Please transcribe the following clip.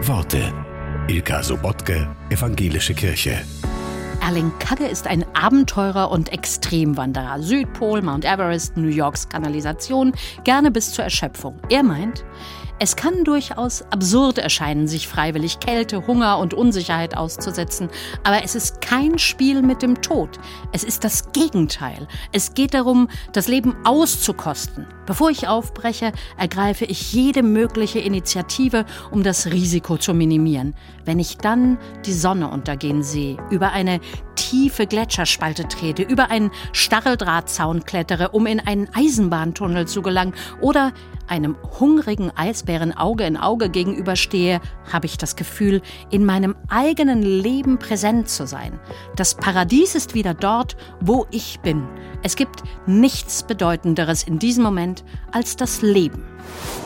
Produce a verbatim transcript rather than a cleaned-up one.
Worte. Ilka Sobotke, Evangelische Kirche. Erling Kagge ist ein Abenteurer und Extremwanderer. Südpol, Mount Everest, New Yorks Kanalisation, gerne bis zur Erschöpfung. Er meint, es kann durchaus absurd erscheinen, sich freiwillig Kälte, Hunger und Unsicherheit auszusetzen. Aber es ist kein Spiel mit dem Tod. Es ist das Gegenteil. Es geht darum, das Leben auszukosten. Bevor ich aufbreche, ergreife ich jede mögliche Initiative, um das Risiko zu minimieren. Wenn ich dann die Sonne untergehen sehe, über eine tiefe Gletscherspalte trete, über einen Stacheldrahtzaun klettere, um in einen Eisenbahntunnel zu gelangen oder einem hungrigen Eisbären Auge in Auge gegenüberstehe, habe ich das Gefühl, in meinem eigenen Leben präsent zu sein. Das Paradies ist wieder dort, wo ich bin. Es gibt nichts Bedeutenderes in diesem Moment als das Leben.